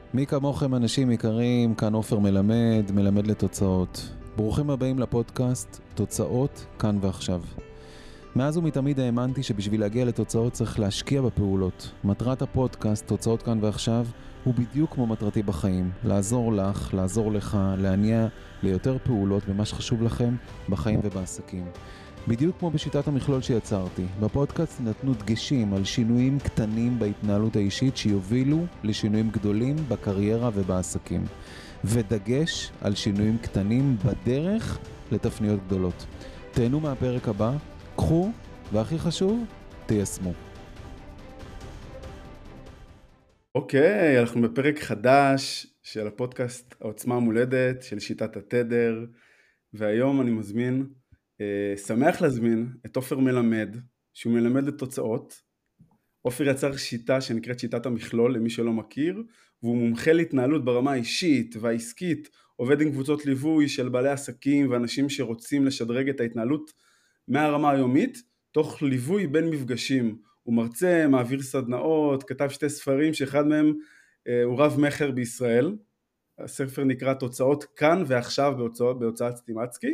מי כמוכם אנשים יקרים, כאן עופר מלמד לתוצאות. ברוכים הבאים לפודקאסט, תוצאות כאן ועכשיו. מאז ומתמיד האמנתי שבשביל להגיע לתוצאות צריך להשקיע בפעולות. מטרת הפודקאסט, תוצאות כאן ועכשיו, הוא בדיוק כמו מטרתי בחיים. לעזור לך, לעזור לך, להניע ליותר פעולות במה שחשוב לכם בחיים ובעסקים. בדיוק כמו בשיטת המכלול שיצרתי, בפודקאסט נתנו דגשים על שינויים קטנים בהתנהלות האישית שיובילו לשינויים גדולים בקריירה ובעסקים. ודגש על שינויים קטנים בדרך לתפניות גדולות. תהנו מהפרק הבא, קחו, והכי חשוב, תיישמו. אוקיי, אנחנו בפרק חדש של הפודקאסט העוצמה המולדת של שיטת התדר, והיום אני שמח להזמין את עופר מלמד, שהוא מלמד לתוצאות. עופר יצר שיטה שנקראת שיטת המכלול, למי שלא מכיר, והוא מומחה להתנהלות ברמה האישית והעסקית, עובד עם קבוצות ליווי של בעלי עסקים ואנשים שרוצים לשדרג את ההתנהלות מהרמה היומית, תוך ליווי בין מפגשים. הוא מרצה, מעביר סדנאות, כתב 2 ספרים שאחד מהם הוא רב מחר בישראל. הספר נקרא תוצאות כאן ועכשיו בהוצאת סטימצקי.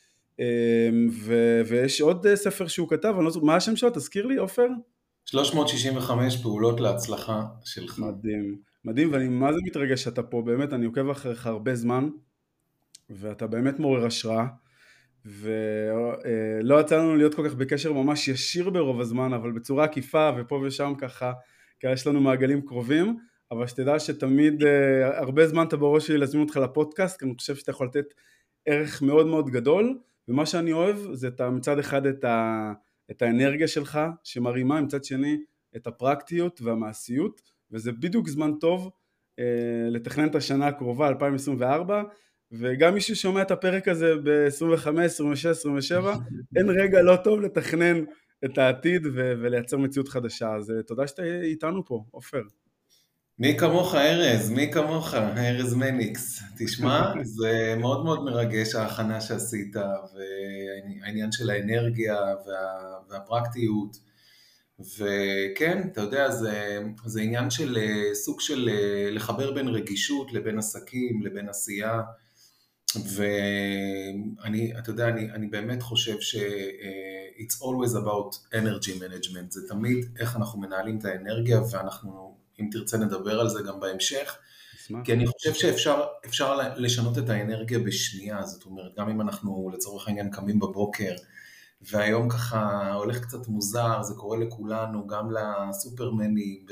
ויש עוד ספר שהוא כתב, אני לא זוכר, מה השם שלו? תזכיר לי, עופר? 365 פעולות להצלחה שלך. מדהים, מדהים, ואני מה זה מתרגש שאתה פה, באמת, אני עוקב אחריך הרבה זמן, ואתה באמת מעורר השראה, ולא יצא לנו להיות כל כך בקשר ממש ישיר ברוב הזמן, אבל בצורה עקיפה ופה ושם ככה, כי יש לנו מעגלים קרובים, אבל שתדע שתמיד הרבה זמן אתה בראש שלי להזמין אותך לפודקאסט, כי אני חושב שאתה יכול לתת ערך מאוד מאוד גדול, ומה שאני אוהב זה מצד אחד את האנרגיה שלך שמרימה, מצד שני את הפרקטיות והמעשיות, וזה בדיוק זמן טוב לתכנן את השנה הקרובה, 2024, וגם מישהו שומע את הפרק הזה ב-25, 26, 27, אין רגע לא טוב לתכנן את העתיד ולייצר מציאות חדשה. אז תודה שאתה איתנו פה, עופר. מי כמוך ארז, מי כמוך, ארז מניקס. תשמע, זה מאוד מאוד מרגש ההכנה שעשית, והעניין של האנרגיה והפרקטיות. וכן, אתה יודע, זה עניין של סוג של לחבר בין רגישות לבין עסקים, לבין עשייה. ואני, אתה יודע, אני באמת חושב it's always about energy management, זה תמיד איך אנחנו מנהלים את האנרגיה, ואנחנו, אם תרצה נדבר על זה גם בהמשך, כי אני חושב שאפשר לשנות את האנרגיה בשנייה, זאת אומרת, גם אם אנחנו לצורך העניין קמים בבוקר, והיום ככה הולך קצת מוזר, זה קורה לכולנו, גם לסופרמנים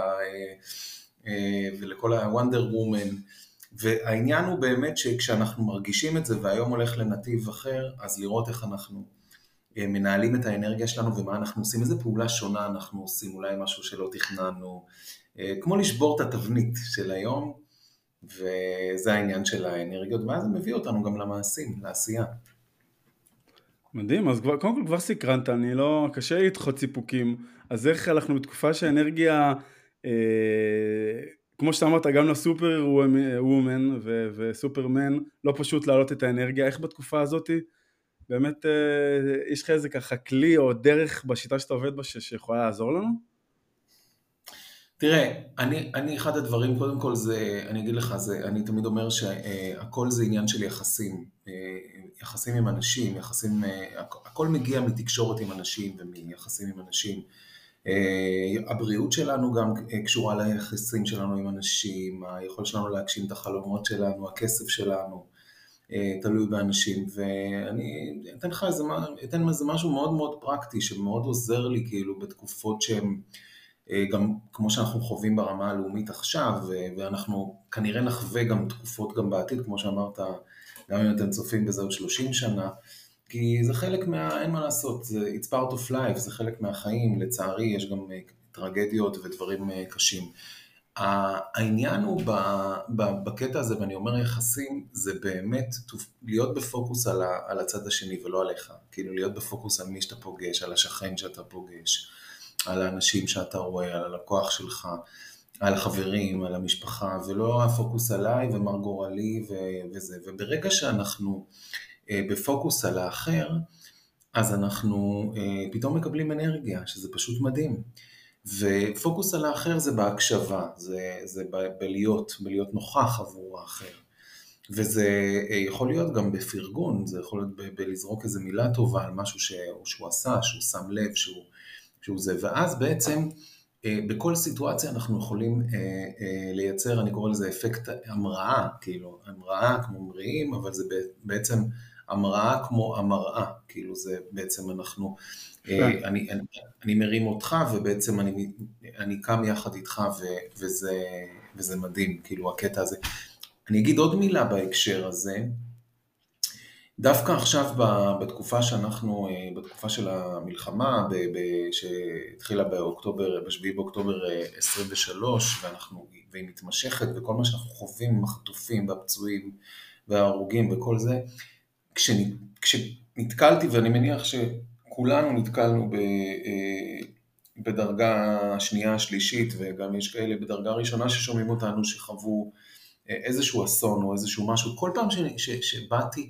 ולכל הוונדר וומן, והעניין הוא באמת שכשאנחנו מרגישים את זה והיום הולך לנתיב אחר, אז לראות איך אנחנו מנהלים את האנרגיה שלנו ומה אנחנו עושים, איזה פעולה שונה אנחנו עושים, אולי משהו שלא תכננו, כמו לשבור את התבנית של היום, וזה העניין של האנרגיות, ואז זה מביא אותנו גם למעשים, לעשייה. מדהים, אז קודם כל כבר סקרנת, אני לא, קשה לדחות סיפוקים, אז איך אנחנו בתקופה שהאנרגיה, כמו שאתה אמרת, גם לסופר וומן וסופרמן, לא פשוט להעלות את האנרגיה, איך בתקופה הזאת, באמת יש לך איזה ככה כלי או דרך בשיטה שאתה עובד בה שיכולה לעזור לנו? תראה, אני אחד הדברים, קודם כל זה, אני אגיד לך, אני תמיד אומר שהכל זה עניין של יחסים, יחסים עם אנשים, הכל מגיע מתקשורת עם אנשים ומיחסים עם אנשים. הבריאות שלנו גם קשורה ליחסים שלנו עם אנשים, היכולת שלנו להגשים את החלומות שלנו, הכסף שלנו, תלוי באנשים, ואני אתן איזה משהו מאוד מאוד פרקטי, שמאוד עוזר לי כאילו בתקופות שהן, גם כמו שאנחנו חווים ברמה הלאומית עכשיו, ואנחנו כנראה נחווה גם תקופות גם בעתיד, כמו שאמרת, גם אם אתם צופים בזה עוד 30 שנה, כי זה חלק אין מה לעשות, it's part of life, זה חלק מהחיים, לצערי יש גם טרגדיות ודברים קשים. העניין הוא בקטע הזה, ואני אומר יחסים, זה באמת להיות בפוקוס על הצד השני ולא עליך, כאילו להיות בפוקוס על מי שאתה פוגש, על השכן שאתה פוגש, על האנשים שאתה רואה, על הלקוח שלך, על החברים, על המשפחה, ולא הפוקוס עליי ומר גורלי וזה. וברגע שאנחנו בפוקוס על האחר, אז אנחנו פתאום מקבלים אנרגיה, שזה פשוט מדהים. ופוקוס על האחר זה בהקשבה, זה בלהיות נוכח עבור האחר. וזה יכול להיות גם בפרגון, זה יכול להיות בלזרוק איזו מילה טובה על משהו שהוא עשה, שהוא שם לב, שהוא זה. ואז בעצם בכל סיטואציה אנחנו יכולים לייצר, אני קורא לזה אפקט המראה, כאילו המראה כמו מראים, אבל זה בעצם המראה כמו המראה, כאילו זה בעצם אנחנו, אני מרים אותך ובעצם אני קם יחד איתך וזה מדהים, כאילו הקטע הזה. אני אגיד עוד מילה בהקשר הזה, דווקא עכשיו בתקופה שאנחנו, בתקופה של המלחמה, שהתחילה ב7 באוקטובר 23, והיא מתמשכת, וכל מה שאנחנו חווים עם החטופים והפצועים וההרוגים וכל זה, כשנתקלתי, ואני מניח שכולנו נתקלנו בדרגה שנייה, שלישית, וגם יש כאלה בדרגה ראשונה ששומעים אותנו שחוו איזשהו אסון או איזשהו משהו, כל פעם שבאתי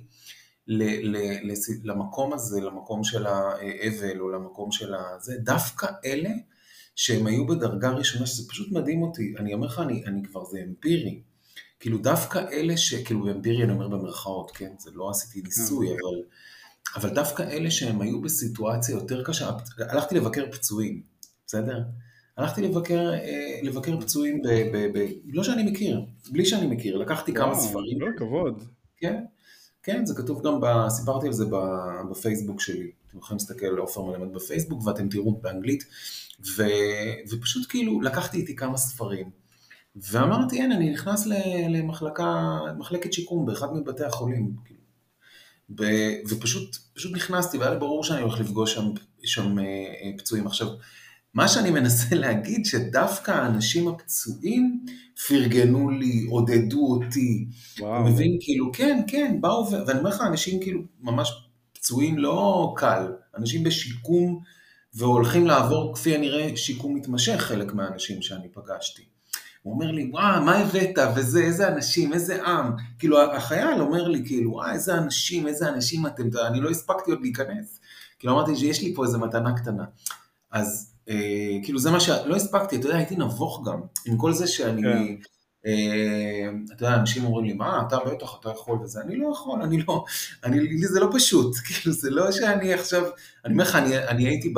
למקום הזה, למקום של האבל או למקום של הזה, דווקא אלה שהם היו בדרגה ראשונה, שזה פשוט מדהים אותי, אני אומר לך, אני כבר זה אמפירי, כאילו דווקא אלה כאילו באמפירי אני אומר במרכאות, כן, זה לא עשיתי ניסוי, אבל דווקא אלה שהם היו בסיטואציה יותר קשה, הלכתי לבקר פצועים, בסדר? הלכתי לבקר פצועים לא שאני מכיר, בלי שאני מכיר, לקחתי כמה ספרים. לא, כבוד. כן, כן, זה כתוב גם, סיפרתי על זה בפייסבוק שלי, אתם יכולים להסתכל על עופר מלמד בפייסבוק, ואתם תראו באנגלית, ופשוט כאילו לקחתי איתי כמה ספרים, ואמרתי, אין, אני נכנס למחלקת שיקום, באחד מבתי החולים, כאילו, ופשוט נכנסתי, והיה לי ברור שאני הולך לפגוש שם פצועים. עכשיו, מה שאני מנסה להגיד, שדווקא האנשים הפצועים פרגנו לי, עודדו אותי, מבין, כאילו, כן, באו, ואני אומר לך, אנשים כאילו ממש פצועים לא קל, אנשים בשיקום, והולכים לעבור כפי הנראה שיקום מתמשך, חלק מהאנשים שאני פגשתי. הוא אומר לי, וואו, מה הבאת, וזה, איזה אנשים, איזה עם, כאילו, החייל אומר לי, כאילו, וואו, איזה אנשים אתם, אני לא הספקתי עוד להיכנס, כאילו, אמרתי שיש לי פה איזו מתנה קטנה, אז, כאילו, זה מה שלא הספקתי, אתה יודע, הייתי נבוך גם, עם כל זה שאני, אתה יודע, אנשים אומרים לי, מה, אתה בטח, אתה יכול וזה, אני לא יכול, לי זה לא פשוט, כאילו, זה לא שאני עכשיו, אני אומר לך, אני הייתי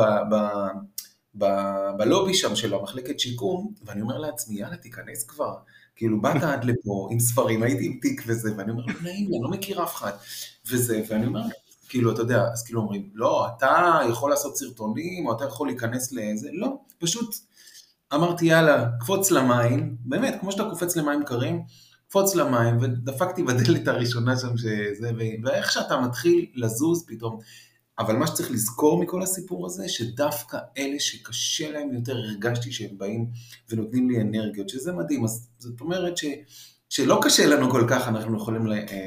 בלובי שם של המחלקת שיקום, ואני אומר לעצמי, יאללה, תיכנס כבר, כאילו, באת עד לפה עם ספרים, הייתי עם תיק וזה, ואני אומר, נעים לי, אני לא מכיר אף אחד, וזה, ואני אומר, כאילו, אתה יודע, אז כאילו אומרים, לא, אתה יכול לעשות סרטונים, או אתה יכול להיכנס לזה, לא, פשוט אמרתי, יאללה, קפוץ למים, באמת, כמו שאתה קופץ למים קרים, קפוץ למים, ודפקתי בדלת הראשונה שם שזה, ואיך שאתה מתחיל לזוז פתאום, אבל מה שצריך לזכור מכל הסיפור הזה, שדווקא אלה שקשה להם יותר, הרגשתי שהם באים ונותנים לי אנרגיות, שזה מדהים, אז זאת אומרת שלא קשה לנו כל כך, אנחנו יכולים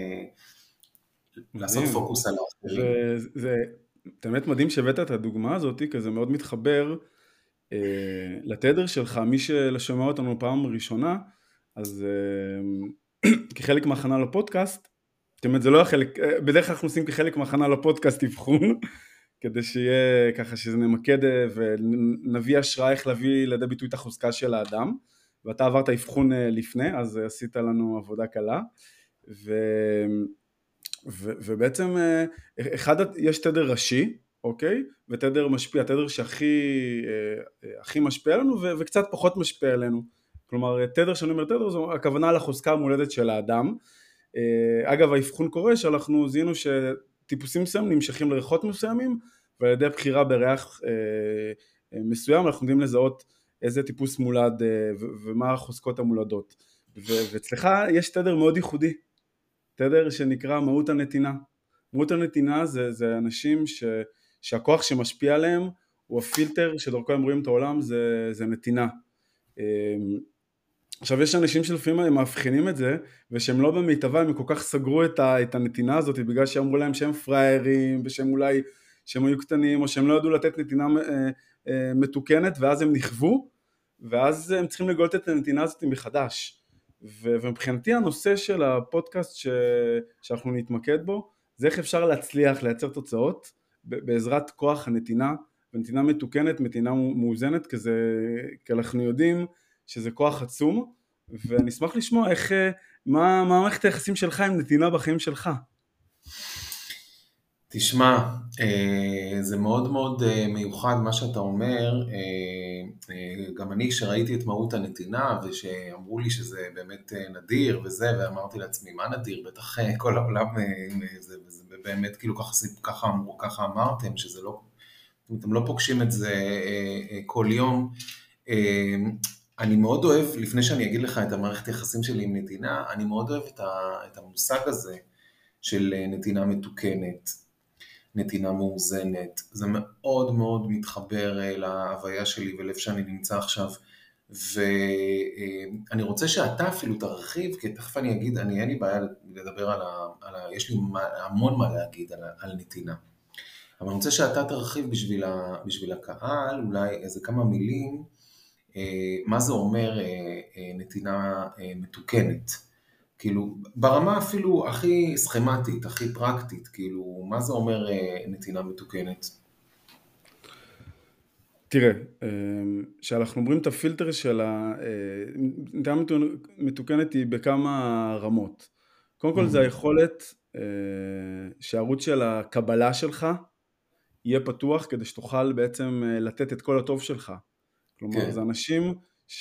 לעשות פוקוס על האחרים. זה באמת מדהים שהבאת את הדוגמה הזאת, כי זה מאוד מתחבר לתדר שלך, מי ששומע אותנו פעם ראשונה, אז כחלק מהכנה לפודקאסט, זאת אומרת, זה לא החלק, בדרך כלל אנחנו עושים כחלק מהכנה לפודקאסט אבחון, כדי שיהיה ככה שזה נמקד ונביא השראה איך להביא לידי ביטוי את החוזקה של האדם, ואתה עברת אבחון לפני, אז עשית לנו עבודה קלה, ובעצם יש תדר ראשי, אוקיי? ותדר משפיע, תדר שהכי משפיע עלינו וקצת פחות משפיע עלינו. כלומר, תדר שאני אומר תדר, זו הכוונה לחוזקה המולדת של האדם. אגב, האבחון קורה שאנחנו זיהינו שטיפוסים מסוימים נמשכים לריחות מסוימים, ועל ידי הבחירה בריח מסוים אנחנו יודעים לזהות איזה טיפוס מולד ומה החוזקות המולדות. ואצלך יש תדר מאוד ייחודי, תדר שנקרא מהות הנתינה. מהות הנתינה זה אנשים שהכוח שמשפיע עליהם הוא הפילטר שדרכו הם רואים את העולם, זה נתינה. עכשיו יש אנשים שלפעמים הם מאבחנים את זה, ושהם לא במיטבה, הם כל כך סגרו את הנתינה הזאת, בגלל שאמרו להם שהם פריירים, ושהם אולי שהם היו קטנים, או שהם לא ידעו לתת נתינה מתוקנת, ואז הם נכוו, ואז הם צריכים לגלות את הנתינה הזאת מחדש. ומבחינתי הנושא של הפודקאסט שאנחנו נתמקד בו, זה איך אפשר להצליח לייצר תוצאות בעזרת כוח הנתינה ונתינה מתוקנת, נתינה מאוזנת, כי אנחנו יודעים שזה כוח עצום, ואני אשמח לשמוע מה מערכת היחסים שלך עם נתינה בחיים שלך. תשמע, זה מאוד מאוד מיוחד מה שאתה אומר, גם אני שראיתי את מהות הנתינה ושאמרו לי שזה באמת נדיר וזה, ואמרתי לעצמי מה נדיר, בטח כל העולם זה באמת כאילו ככה אמרתם, שזה לא, אתם לא פוגשים את זה כל יום. אני מאוד אוהב, לפני שאני אגיד לך את המערכת היחסים שלי עם נתינה, אני מאוד אוהב את המושג הזה של נתינה מתוקנת, נתינה מאוזנת. זה מאוד מאוד מתחבר להוויה שלי ולאיפה שאני נמצא עכשיו, ואני רוצה שאתה אפילו תרחיב, כי תכף אני אגיד, אין לי בעיה לדבר יש לי המון מה להגיד על נתינה. אבל אני רוצה שאתה תרחיב בשביל הקהל, אולי איזה כמה מילים, מה זה אומר נתינה מתוקנת. כאילו, ברמה אפילו הכי סכמטית, הכי פרקטית, כאילו, מה זה אומר נתינה מתוקנת? תראה, שאנחנו אומרים את הפילטר של נתינה מתוקנת היא בכמה רמות. קודם כל זה היכולת שהערוץ של הקבלה שלך יהיה פתוח כדי שתוכל בעצם לתת את כל הטוב שלך. כלומר, זה אנשים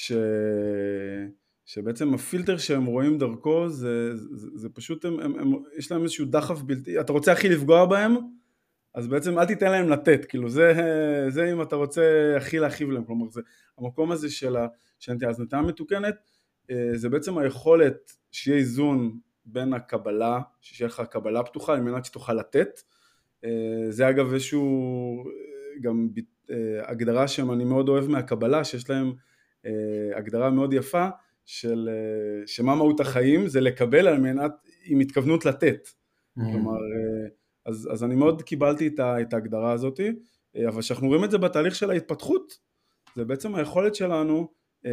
שבעצם הפילטר שהם רואים דרכו, זה פשוט, יש להם איזשהו דחף בלתי, אתה רוצה הכי לפגוע בהם, אז בעצם אל תיתן להם לתת, כאילו זה אם אתה רוצה הכי להכיב להם, כלומר זה המקום הזה אז נתינה מתוקנת, זה בעצם היכולת שיהיה איזון בין הקבלה, שיהיה לך קבלה פתוחה, על מנת שתוכל לתת, זה אגב איזשהו גם הגדרה שאני מאוד אוהב מהקבלה, שיש להם הגדרה מאוד יפה, של שמה מהות החיים, זה לקבל על מנת עם התכוונות לתת. כלומר, אז אני מאוד קיבלתי את ההגדרה הזאת, אבל שאנחנו רואים את זה בתהליך של ההתפתחות, זה בעצם היכולת שלנו,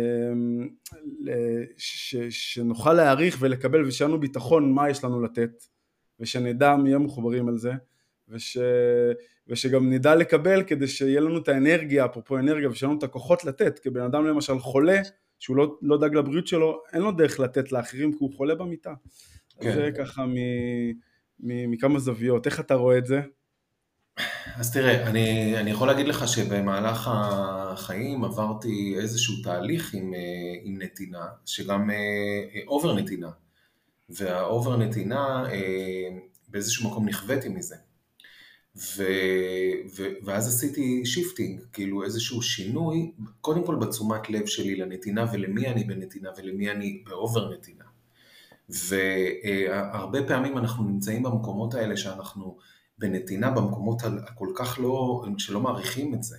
שנוכל להעריך ולקבל, ושאנו ביטחון מה יש לנו לתת, ושנדע מי הם מחוברים על זה, ושגם נדע לקבל כדי שיהיה לנו את האנרגיה, אפרופו אנרגיה, ושיהיה לנו את הכוחות לתת, כי בן אדם למשל חולה, שהוא לא דאג לבריאות שלו, אין לו דרך לתת לאחרים, כי הוא חולה במיטה. כן. זה ככה מכמה זוויות. איך אתה רואה את זה? אז תראה, אני יכול להגיד לך שבמהלך החיים עברתי איזשהו תהליך עם נתינה, שגם אובר נתינה, והאובר נתינה באיזשהו מקום נכוויתי מזה. ואז עשיתי שיפטינג, כאילו איזשהו שינוי, קודם כל בתשומת לב שלי לנתינה ולמי אני בנתינה ולמי אני באובר נתינה. והרבה פעמים אנחנו נמצאים במקומות האלה שאנחנו בנתינה, במקומות הכל כך שלא מעריכים את זה.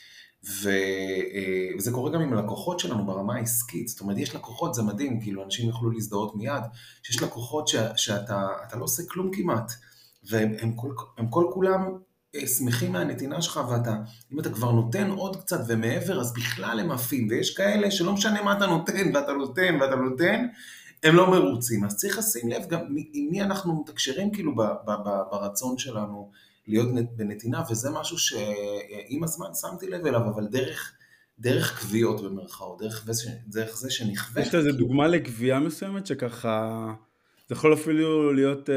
וזה קורה גם עם הלקוחות שלנו ברמה העסקית, זאת אומרת יש לקוחות, זה מדהים, כאילו אנשים יוכלו להזדהות מיד, שיש לקוחות שאתה לא עושה כלום כמעט, והם כל כולם שמחים מהנתינה שלך, אם אתה כבר נותן עוד קצת ומעבר, אז בכלל הם עפים, ויש כאלה שלא משנה מה אתה נותן, ואתה נותן, הם לא מרוצים, אז צריך לשים לב גם עם מי אנחנו מתקשרים כאילו ברצון שלנו להיות בנתינה, וזה משהו שעם הזמן שמתי לב אליו, אבל דרך קביעות במרכאות, דרך זה שנכווה. יש לזה דוגמה לקביעה מסוימת שככה, זה יכול אפילו להיות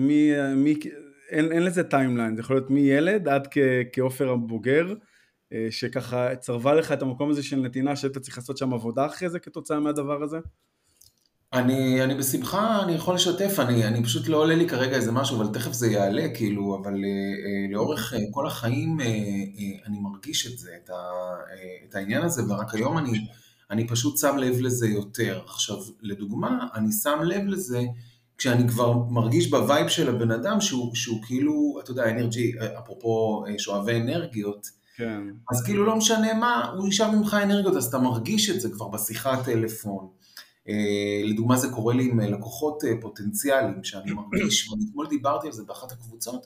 אין לזה טיימליין, זה יכול להיות מילד עד כאופר הבוגר, שככה צרבה לך את המקום הזה של נתינה, שאתה צריך לעשות שם עבודה אחרי זה כתוצאה מהדבר הזה? אני בשמחה, אני יכול לשתף, אני פשוט לא עולה לי כרגע איזה משהו, אבל תכף זה יעלה, כאילו, אבל לאורך כל החיים אני מרגיש את זה, את העניין הזה, ורק היום אני פשוט שם לב לזה יותר. עכשיו, לדוגמה, אני שם לב לזה, כשאני כבר מרגיש בווייב של הבן אדם, שהוא כאילו, אתה יודע, אנרגי, אפרופו שואבי אנרגיות, כן. אז כאילו לא משנה מה, הוא ישב ממך אנרגיות, אז אתה מרגיש את זה כבר בשיחת טלפון. לדוגמה זה קורה לי עם לקוחות פוטנציאליים שאני מרגיש, ואני אתמול דיברתי על זה באחת הקבוצות,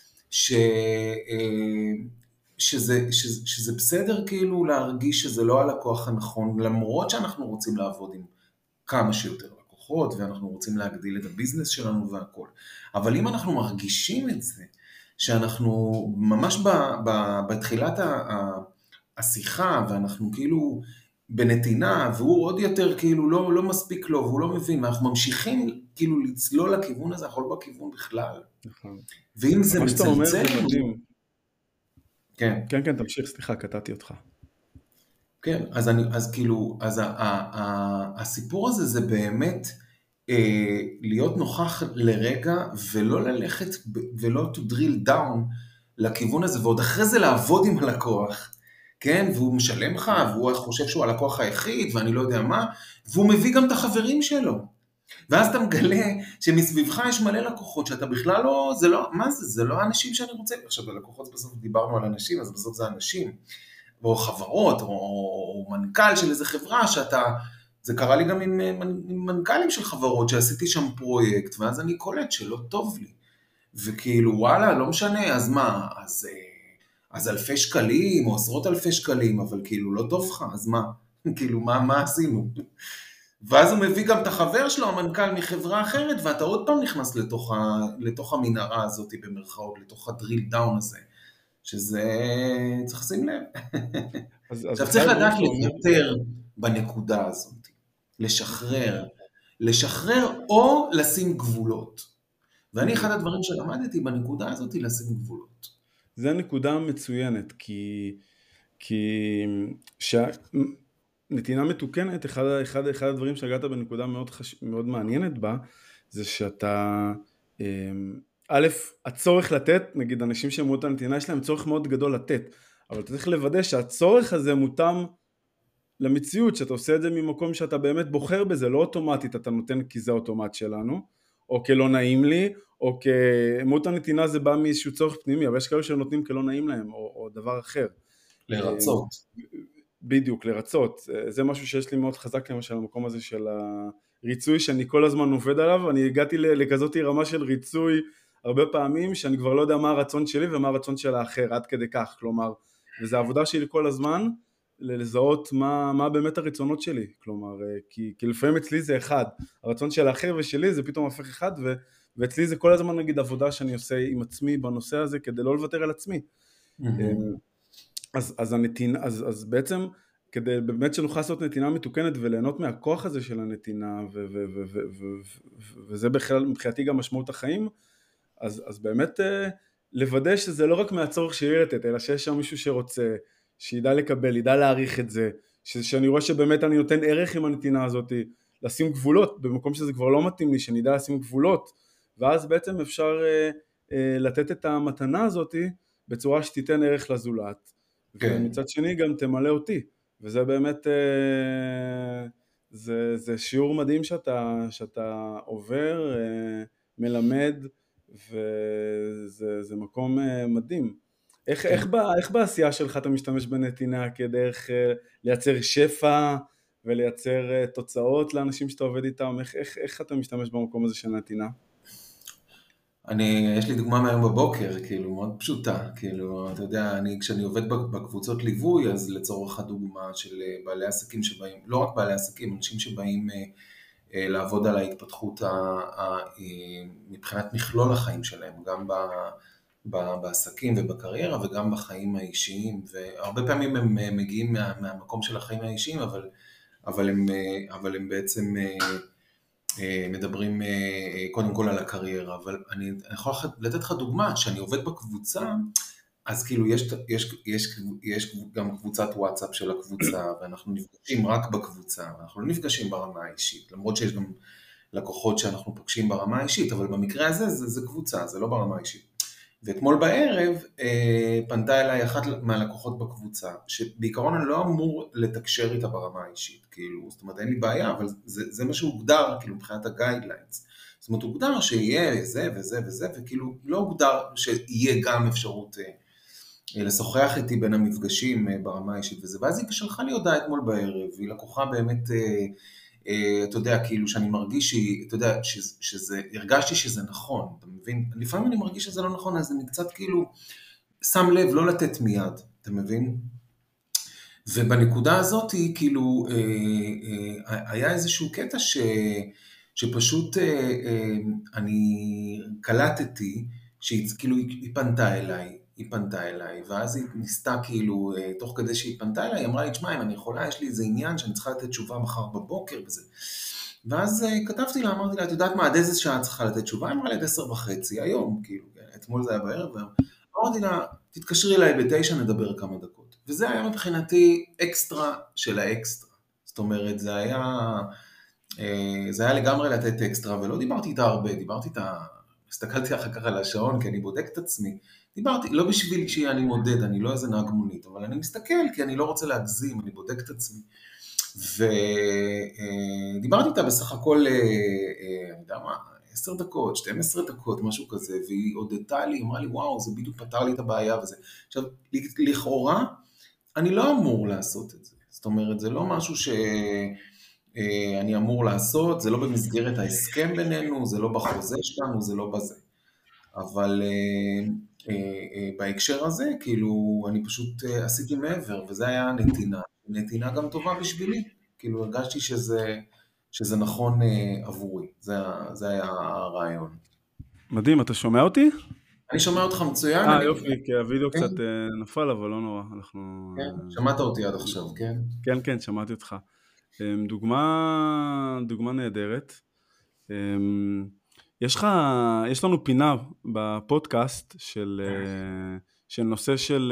שזה בסדר כאילו להרגיש שזה לא הלקוח הנכון, למרות שאנחנו רוצים לעבוד עם כמה שיותר לקוחות, ואנחנו רוצים להגדיל את הביזנס שלנו והכל. אבל אם אנחנו מרגישים את זה, שאנחנו ממש בתחילת השיחה, ואנחנו כאילו בנתינה, והוא עוד יותר כאילו לא מספיק לו, והוא לא מבין, ואנחנו ממשיכים כאילו לצלול לכיוון הזה, אנחנו לא בכיוון בכלל. נכון. ואם זה מה שאתה אומר זה מצלצל, מדהים. כן. כן, כן, תמשיך, סליחה, קטעתי אותך. כן, אז כאילו, הסיפור הזה זה באמת להיות נוכח לרגע ולא ללכת ולא to drill down לכיוון הזה, ועוד אחרי זה לעבוד עם הלקוח, כן, והוא משלם לך, והוא חושב שהוא הלקוח היחיד, ואני לא יודע מה, והוא מביא גם את החברים שלו. ואז אתה מגלה שמסביבך יש מלא לקוחות, שאתה בכלל לא, זה לא, מה זה? זה לא האנשים שאני רוצה. עכשיו, בלקוחות בסוף דיברנו על אנשים, אז בסוף זה אנשים. או חברות, או מנכ"ל של איזה חברה שאתה, זה קרה לי גם עם מנכ"לים של חברות, שעשיתי שם פרויקט, ואז אני קולט שלא טוב לי. וכאילו, וואלה, לא משנה, אז מה? אז אלפי שקלים, או עשרות אלפי שקלים, אבל כאילו, לא טוב לך, אז מה? כאילו, מה עשינו? ואז הוא מביא גם את החבר שלו, המנכ"ל מחברה אחרת, ואתה עוד פעם נכנס לתוך המנהרה הזאת, במרכאות, לתוך הדריל דאון הזה. שזה, צריך לשים לב. עכשיו צריך לדעת לוותר בנקודה הזאת, לשחרר או לשים גבולות. ואני אחד הדברים שלמדתי בנקודה הזאת, לשים גבולות. זה נקודה מצוינת, כי נתינה מתוקנת, אחד הדברים שהגעת בנקודה מאוד מעניינת בה, זה שאתה, א', הצורך לתת, נגיד אנשים שמות הנתינה יש להם צורך מאוד גדול לתת, אבל אתה צריך לוודא שהצורך הזה מותאם למציאות, שאתה עושה את זה ממקום שאתה באמת בוחר בזה, לא אוטומטית אתה נותן כי זה אוטומט שלנו, או כלא נעים לי, או כמות הנתינה זה בא מאיזשהו צורך פנימי, אבל יש כאלה שנותנים כלא נעים להם, או דבר אחר. לרצות. בדיוק, לרצות. זה משהו שיש לי מאוד חזק למשל, המקום הזה של הריצוי, שאני כל הזמן עובד עליו, אני הגעתי לכזאת רמה של ריצוי הרבה פעמים, שאני כבר לא יודע מה הרצון שלי ומה הרצון של האחר, עד כדי כך, כלומר, וזו העבודה שלי כל הזמן, לזהות מה באמת הרצונות שלי, כלומר, כי לפעמים אצלי זה אחד, הרצון של האחר ושלי זה פתאום הפך אחד, ואצלי זה כל הזמן נגיד עבודה שאני עושה עם עצמי בנושא הזה, כדי לא לוותר על עצמי. אז בעצם, כדי באמת שנוכל לעשות נתינה מתוקנת וליהנות מהכוח הזה של הנתינה, וזה בכלל מבחינתי גם משמעות החיים, אז באמת לוודא שזה לא רק מהצורך שלי לתת, אלא שיש שם מישהו שרוצה, שידע לקבל, ידע להעריך את זה, שאני רואה שבאמת אני נותן ערך עם הנתינה הזאת, לשים גבולות, במקום שזה כבר לא מתאים לי, שאני ידע לשים גבולות, ואז בעצם אפשר לתת את המתנה הזאת, בצורה שתיתן ערך לזולת, ומצד שני גם תמלא אותי, וזה באמת, זה שיעור מדהים שאתה עובר, מלמד, וזה מקום מדהים. איך בעשייה שלך אתה משתמש בנתינה כדרך לייצר שפע ולייצר תוצאות לאנשים שאתה עובד איתם? איך אתה משתמש במקום הזה של נתינה? יש לי דוגמה מהיום בבוקר, כאילו, מאוד פשוטה, כאילו, אתה יודע, כשאני עובד בקבוצות ליווי, אז לצורך הדוגמה של בעלי עסקים שבאים, לא רק בעלי עסקים, אנשים שבאים לעבוד על ההתפתחות מבחינת מכלול החיים שלהם, גם בעסקים ובקריירה וגם בחיים האישיים, והרבה פעמים הם מגיעים מהמקום של החיים האישיים, אבל הם בעצם מדברים קודם כל על הקריירה, אבל אני יכול לתת לך דוגמה, שאני עובד בקבוצה, אז כאילו יש גם קבוצת וואטסאפ של הקבוצה, ואנחנו נפגשים רק בקבוצה, אנחנו לא נפגשים ברמה האישית, למרות שיש גם לקוחות שאנחנו פוגשים ברמה האישית, אבל במקרה הזה זה קבוצה, זה לא ברמה האישית. ואתמול בערב פנתה אליי אחת מהלקוחות בקבוצה, שבעיקרון אני לא אמור לתקשר איתה ברמה האישית, כאילו, זאת אומרת אין לי בעיה, אבל זה מה שהוגדר, כאילו, מבחינת הגיידליינס. זאת אומרת, הוגדר שיהיה זה וזה וזה, וכאילו לא הוגדר שיהיה גם אפשרות לשוחח איתי בין המפגשים ברמה האישית וזה, ואז היא שלחה לי הודעה אתמול בערב, והיא לקוחה באמת, אתה יודע, כאילו שאני מרגיש, אתה יודע, הרגשתי שזה נכון, אתה מבין? לפעמים אני מרגיש שזה לא נכון, אז אני קצת כאילו שם לב לא לתת מיד, אתה מבין? ובנקודה הזאת, כאילו, היה איזשהו קטע שפשוט אני קלטתי כאילו היא פנתה אליי, ואז היא ניסתה כאילו, תוך כדי שהיא פנתה אליי, היא אמרה לי, תשמע, אם אני יכולה, יש לי איזה עניין שאני צריכה לתת תשובה מחר בבוקר וזה. ואז כתבתי לה, אמרתי לה, את יודעת מה, עד איזה שעה צריכה לתת תשובה? היא אמרה לי, 10:30, היום, כאילו, אתמול זה היה בערב, אמרתי לה, תתקשרי אליי ב9, נדבר כמה דקות. וזה היה מבחינתי אקסטרה של האקסטרה. זאת אומרת, זה היה לגמרי לתת אקסטרה, ולא דיברתי איתה הרבה, הסתכלתי אחר כך על השעון, כי אני בודק את עצמי. דיברתי, לא בשביל שאני מודד, אני לא איזה נהג מונית, אבל אני מסתכל, כי אני לא רוצה להגזים, אני בודק את עצמי. ודיברתי איתה בסך הכל, אני יודע מה, 10 דקות, 12 דקות, משהו כזה, והיא הודתה לי, אמרה לי, וואו, זה בדיוק פתר לי את הבעיה וזה. עכשיו, לכאורה, אני לא אמור לעשות את זה. זאת אומרת, זה לא משהו שאני אמור לעשות, זה לא במסגרת ההסכם בינינו, זה לא בחוזה שלנו, זה לא בזה. אבל בהקשר הזה, כאילו, אני פשוט עשיתי מעבר, וזה היה נתינה גם טובה בשבילי. כאילו, הרגשתי שזה נכון עבורי. זה היה הרעיון. מדהים, אתה שומע אותי? אני שומע אותך מצוין. יופי, כי הווידאו קצת נפל, אבל לא נורא. שמעת אותי עד עכשיו, כן? כן, שמעתי אותך. דוגמה נהדרת. יש לנו פינה בפודקאסט של נושא של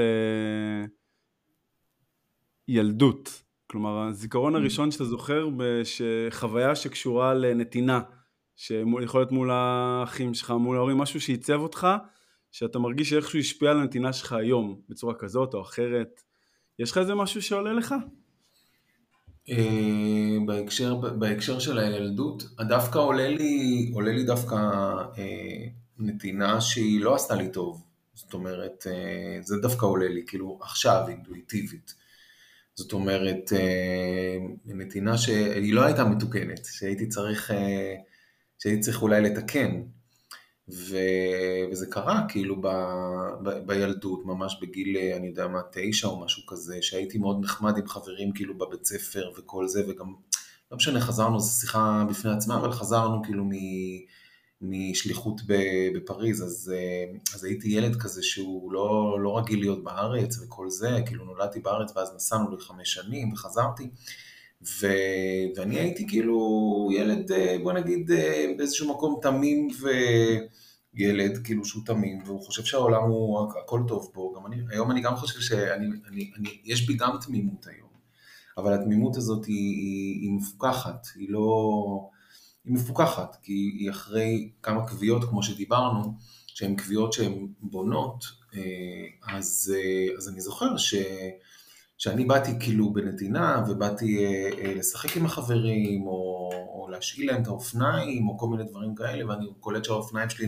ילדות. כלומר, הזיכרון הראשון שאתה זוכר בחוויה שקשורה לנתינה, שיכול להיות מול האחים שלך, מול ההורים, משהו שייצב אותך, שאתה מרגיש שאיכשהו ישפיע על הנתינה שלך היום, בצורה כזאת או אחרת. יש לך איזה משהו שעולה לך? בהקשר של הילדות, דווקא עולה לי דווקא נתינה שהיא לא עשתה לי טוב. זאת אומרת, זה דווקא עולה לי, כאילו עכשיו, אינטואיטיבית. זאת אומרת, נתינה שהיא לא הייתה מתוקנת, שהייתי צריך אולי לתקן. וזה קרה כאילו בילדות, ממש בגיל, אני יודע מה, 9 או משהו כזה, שהייתי מאוד נחמד עם חברים כאילו בבית ספר וכל זה, וגם, לא משנה, חזרנו, זו שיחה בפני עצמה, אבל חזרנו כאילו משליחות בפריז, אז הייתי ילד כזה שהוא לא רגיל להיות בארץ וכל זה, כאילו נולדתי בארץ ואז נסענו ל5 שנים וחזרתי, ואני הייתי כאילו ילד, בוא נגיד, באיזשהו מקום תמים וילד כאילו שהוא תמים, והוא חושב שהעולם הוא הכל טוב בו. היום אני גם חושב שיש בי גם תמימות היום, אבל התמימות הזאת היא מפוקחת, היא מפוקחת, כי היא אחרי כמה קביעות כמו שדיברנו, שהן קביעות שהן בונות, אז אני זוכר שאני באתי כאילו בנתינה, ובאתי לשחק עם החברים, או להשאיל להם את האופניים, או כל מיני דברים כאלה, ואני קולט שהאופניים שלי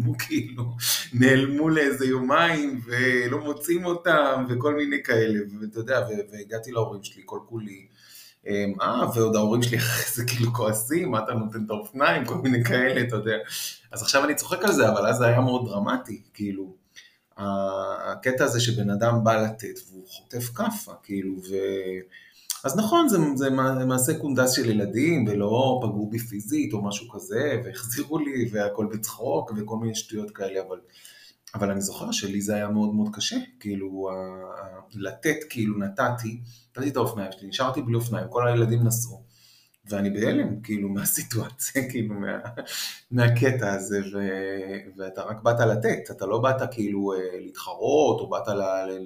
נעלמו לאיזה יומיים, ולא מוצאים אותם, וכל מיני כאלה, ואתה יודע, והגעתי להורים שלי, כל כולי, ועוד ההורים שלי זה כאילו כועסים, מה אתה נותן את האופניים, כל מיני כאלה, אתה יודע. אז עכשיו אני צוחק על זה, אבל אז זה היה מאוד דרמטי, כאילו, הקטע הזה שבן אדם בא לתת והוא חוטף קפה, כאילו, אז נכון, זה מעשה קונדס של ילדים, ולא פגעו בי פיזית או משהו כזה, והחזירו לי, והכל בצחוק, וכל מיני שטויות כאלה, אבל אני זוכר שלי זה היה מאוד מאוד קשה, כאילו, לתת, כאילו, נתתי את האופניים שלי, נשארתי בלי אופניים, כל הילדים נסעו, ואני בהלם, כאילו, מהסיטואציה, כאילו, מהקטע הזה, ואתה רק באת לתת, אתה לא באת כאילו להתחרות, או באת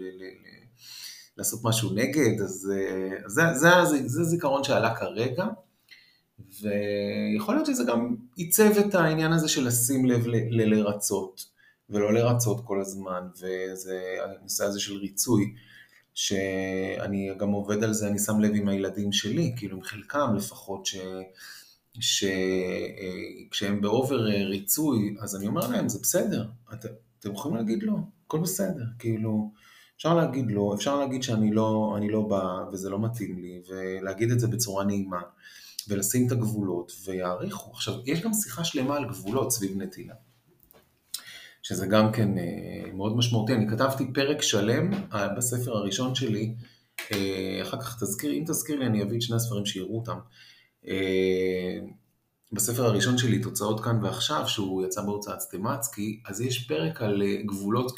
לעשות משהו נגד, אז זה זיכרון שעלה כרגע, ויכול להיות שזה גם ייצב את העניין הזה של לשים לב לרצות, ולא לרצות כל הזמן, וזה הנושא הזה של ריצוי, שאני גם עובד על זה, אני שם לב עם הילדים שלי, כאילו עם חלקם לפחות, כשהם באובר ריצוי, אז אני אומר להם, זה בסדר, אתם יכולים להגיד לא, הכל בסדר, כאילו, אפשר להגיד לא, אפשר להגיד שאני לא בא, וזה לא מתאים לי, ולהגיד את זה בצורה נעימה, ולשים את הגבולות, ויעריכו. עכשיו, יש גם שיחה שלמה על גבולות סביב נתינה, שזה גם כן מאוד משמעותי. אני כתבתי פרק שלם בספר הראשון שלי, אחר כך אם תזכיר לי, אני אביא את 2 הספרים שיראו אותם, בספר הראשון שלי, תוצאות כאן ועכשיו, שהוא יצא בהוצאת סטימצקי, אז יש פרק על גבולות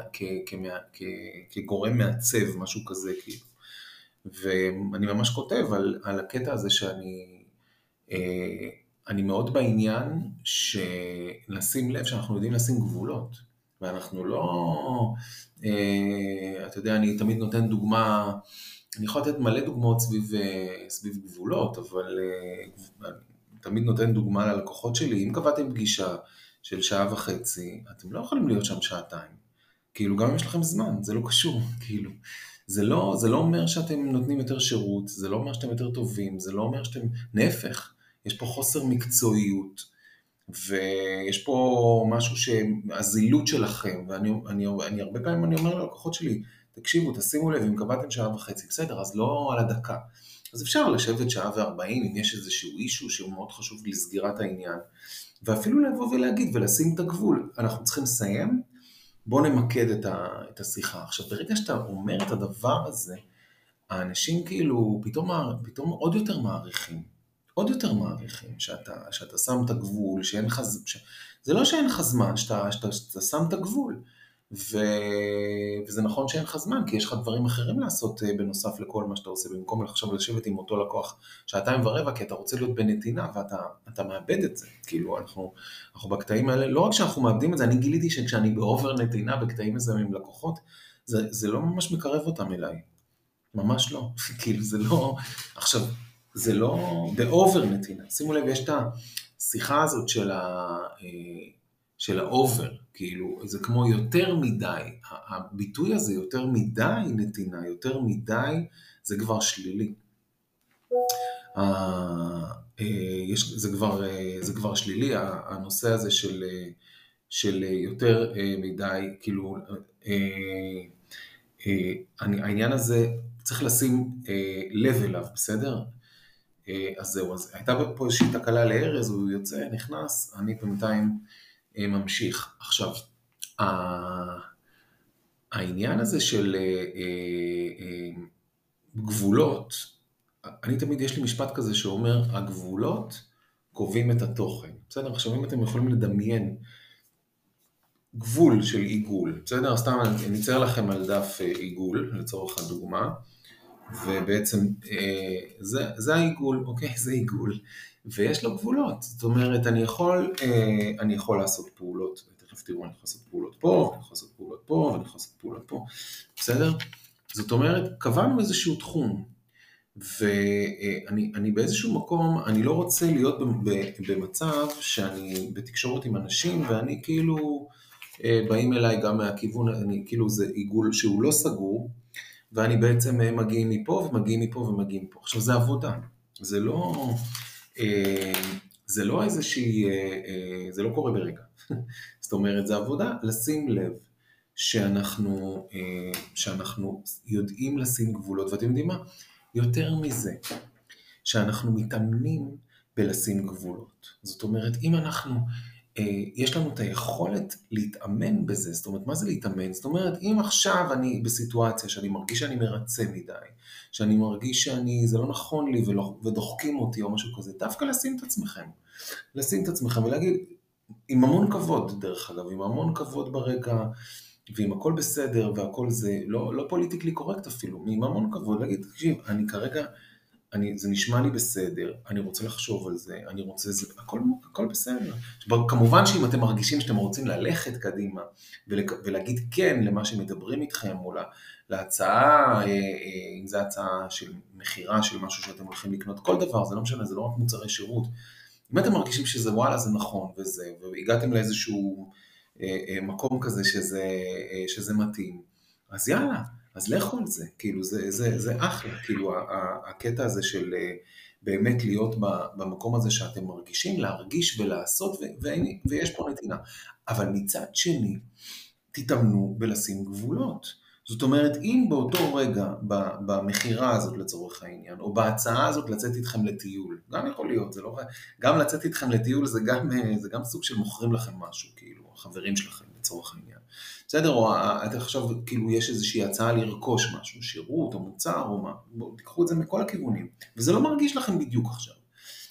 כגורם מעצב, משהו כזה כאילו. ואני ממש כותב על הקטע הזה אני מאוד בעניין לשים לב שאנחנו יודעים לשים גבולות, ואנחנו לא, אתה יודע, אני תמיד נותן דוגמה, אני יכול לתת מלא דוגמאות סביב גבולות, אבל אני תמיד נותן דוגמה ללקוחות שלי, אם קבעתם פגישה של 1.5 שעות, אתם לא יכולים להיות שם 2 שעות, כאילו גם אם יש לכם זמן, זה לא קשור, כאילו. זה לא אומר שאתם נותנים יותר שירות, זה לא אומר שאתם יותר טובים, זה לא אומר שאתם, נהפך, יש פה חוסר מקצועיות, ויש פה משהו שהזילות שלכם, ואני הרבה פעמים אני אומר ללקוחות שלי, תקשיבו, תשימו לב, אם קבעתם 1.5 שעות, בסדר, אז לא על הדקה. אז אפשר לשבת 1.40 שעות, אם יש איזשהו אישו שהוא מאוד חשוב לסגירת העניין, ואפילו לבוא ולהגיד ולשים את הגבול, אנחנו צריכים לסיים, בואו נמקד את השיחה. עכשיו, ברגע שאתה אומר את הדבר הזה, האנשים כאילו פתאום עוד יותר מעריכים, שאתה שם את הגבול, שאין לך, זה לא שאין לך זמן, שאתה שם את הגבול, וזה נכון שאין לך זמן, כי יש לך דברים אחרים לעשות בנוסף לכל מה שאתה עושה, במקום עכשיו לשבת עם אותו לקוח 2.25 שעות, כי אתה רוצה להיות בנתינה, ואתה מאבד את זה, כאילו אנחנו בקטעים האלה, לא רק שאנחנו מאבדים את זה, אני גיליתי שכשאני באובר נתינה, בקטעים מסוימים עם לקוחות, זה לא ממש מקרב אותם אליי, ממש לא, כאילו זה לא, עכשיו, זה לא באובר נתינה, שימו לב, יש את השיחה הזאת של האובר, כאילו, זה כמו יותר מדי, הביטוי הזה יותר מדי נתינה, יותר מדי, זה כבר שלילי. זה כבר שלילי, הנושא הזה של יותר מדי, כאילו, העניין הזה צריך לשים לב אליו, בסדר? אז זהו, אז הייתה פה איזושהי תקלה לארז, הוא יוצא, נכנס, אני בינתיים ממשיך. עכשיו, העניין הזה של גבולות, אני תמיד יש לי משפט כזה שאומר, הגבולות קובעים את התוכן. בסדר? עכשיו אם אתם יכולים לדמיין גבול של עיגול, בסדר? סתם אני אצייר לכם על דף עיגול, לצורך הדוגמה, ובעצם זה העיגול, אוקיי? זה עיגול, ויש לו גבולות, זאת אומרת, אני יכול לעשות פעולות, תכף תראו, אני יכול לעשות פעולות פה, אני יכול לעשות פעולות פה, ואני יכול לעשות פעולות פה, בסדר? זאת אומרת, קבענו איזשהו תחום, ואני באיזשהו מקום, אני לא רוצה להיות במצב שאני בתקשורת עם אנשים, ואני כאילו, באים אליי גם מהכיוון, כאילו זה עיגול שהוא לא סגור, ואני בעצם מגיעים מפה ומגיעים מפה ומגיעים מפה. עכשיו זה עבודה, זה לא איזושהי, זה לא קורה ברגע. זאת אומרת, זה עבודה לשים לב שאנחנו יודעים לשים גבולות, ואתם יודעים מה? יותר מזה, שאנחנו מתאמנים בלשים גבולות. זאת אומרת, אם יש לנו את היכולת להתאמן בזה, זאת אומרת, מה זה להתאמן? זאת אומרת, אם עכשיו אני בסיטואציה שאני מרגיש שאני מרצה מדי, שאני מרגיש זה לא נכון לי ודוחקים אותי או משהו כזה, דווקא לשים את עצמכם ולהגיד, עם המון כבוד דרך אגב, עם המון כבוד ברגע, ועם הכל בסדר והכל זה, לא פוליטיקלי קורקט אפילו, עם המון כבוד, להגיד, תקשיב, אני כרגע, זה נשמע לי בסדר, אני רוצה לחשוב על זה, אני רוצה זה, הכל בסדר. כמובן שאם אתם מרגישים שאתם רוצים ללכת קדימה, ולהגיד כן למה שמדברים איתכם, או להצעה, אם זו הצעה של מחירה של משהו שאתם הולכים לקנות, כל דבר, זה לא משנה, זה לא רק מוצרי שירות. אם אתם מרגישים שזה וואלה, זה נכון, והגעתם לאיזשהו מקום כזה שזה מתאים, אז יאללה. אז לכו על זה, כאילו זה אחלה, כאילו הקטע הזה של באמת להיות במקום הזה שאתם מרגישים, להרגיש ולעשות, ויש פה נתינה. אבל מצד שני, תתאמנו בלשים גבולות. זאת אומרת, אם באותו רגע, במחירה הזאת לצורך העניין, או בהצעה הזאת לצאת איתכם לטיול, גם יכול להיות, זה לא, גם לצאת איתכם לטיול זה גם סוג של מוכרים לכם משהו, כאילו, החברים שלכם לצורך העניין. בסדר, או אתם עכשיו, כאילו, יש איזושהי הצעה לרכוש משהו, שירות או מוצר או מה, בואו, תיקחו את זה מכל הכיוונים, וזה לא מרגיש לכם בדיוק עכשיו.